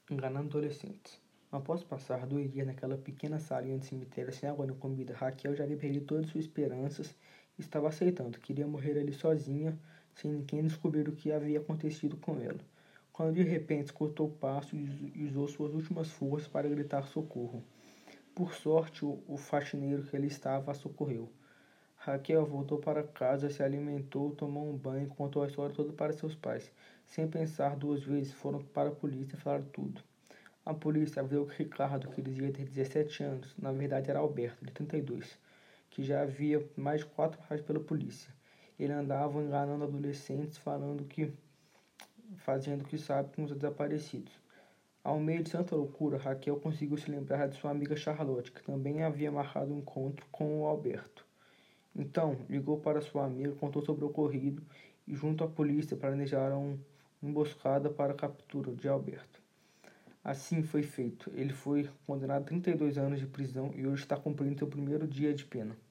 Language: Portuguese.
enganando adolescentes. Após passar 2 dias naquela pequena salinha de cemitério sem água nem comida, Raquel já havia perdido todas suas esperanças e estava aceitando. Queria morrer ali sozinha, sem ninguém descobrir o que havia acontecido com ela. Quando de repente escutou o passo e usou suas últimas forças para gritar socorro. Por sorte, o faxineiro que ali estava a socorreu. Raquel voltou para casa, se alimentou, tomou um banho e contou a história toda para seus pais. Sem pensar 2 vezes, foram para a polícia e falaram tudo. A polícia viu que Ricardo, que dizia ter 17 anos, na verdade era Alberto, de 32, que já havia mais de 4 anos pela polícia. Ele andava enganando adolescentes, fazendo o que sabe com os desaparecidos. Ao meio de tanta loucura, Raquel conseguiu se lembrar de sua amiga Charlotte, que também havia marcado um encontro com o Alberto. Então, ligou para sua amiga, contou sobre o ocorrido e, junto à polícia, planejaram uma emboscada para a captura de Alberto. Assim foi feito. Ele foi condenado a 32 anos de prisão e hoje está cumprindo seu primeiro dia de pena.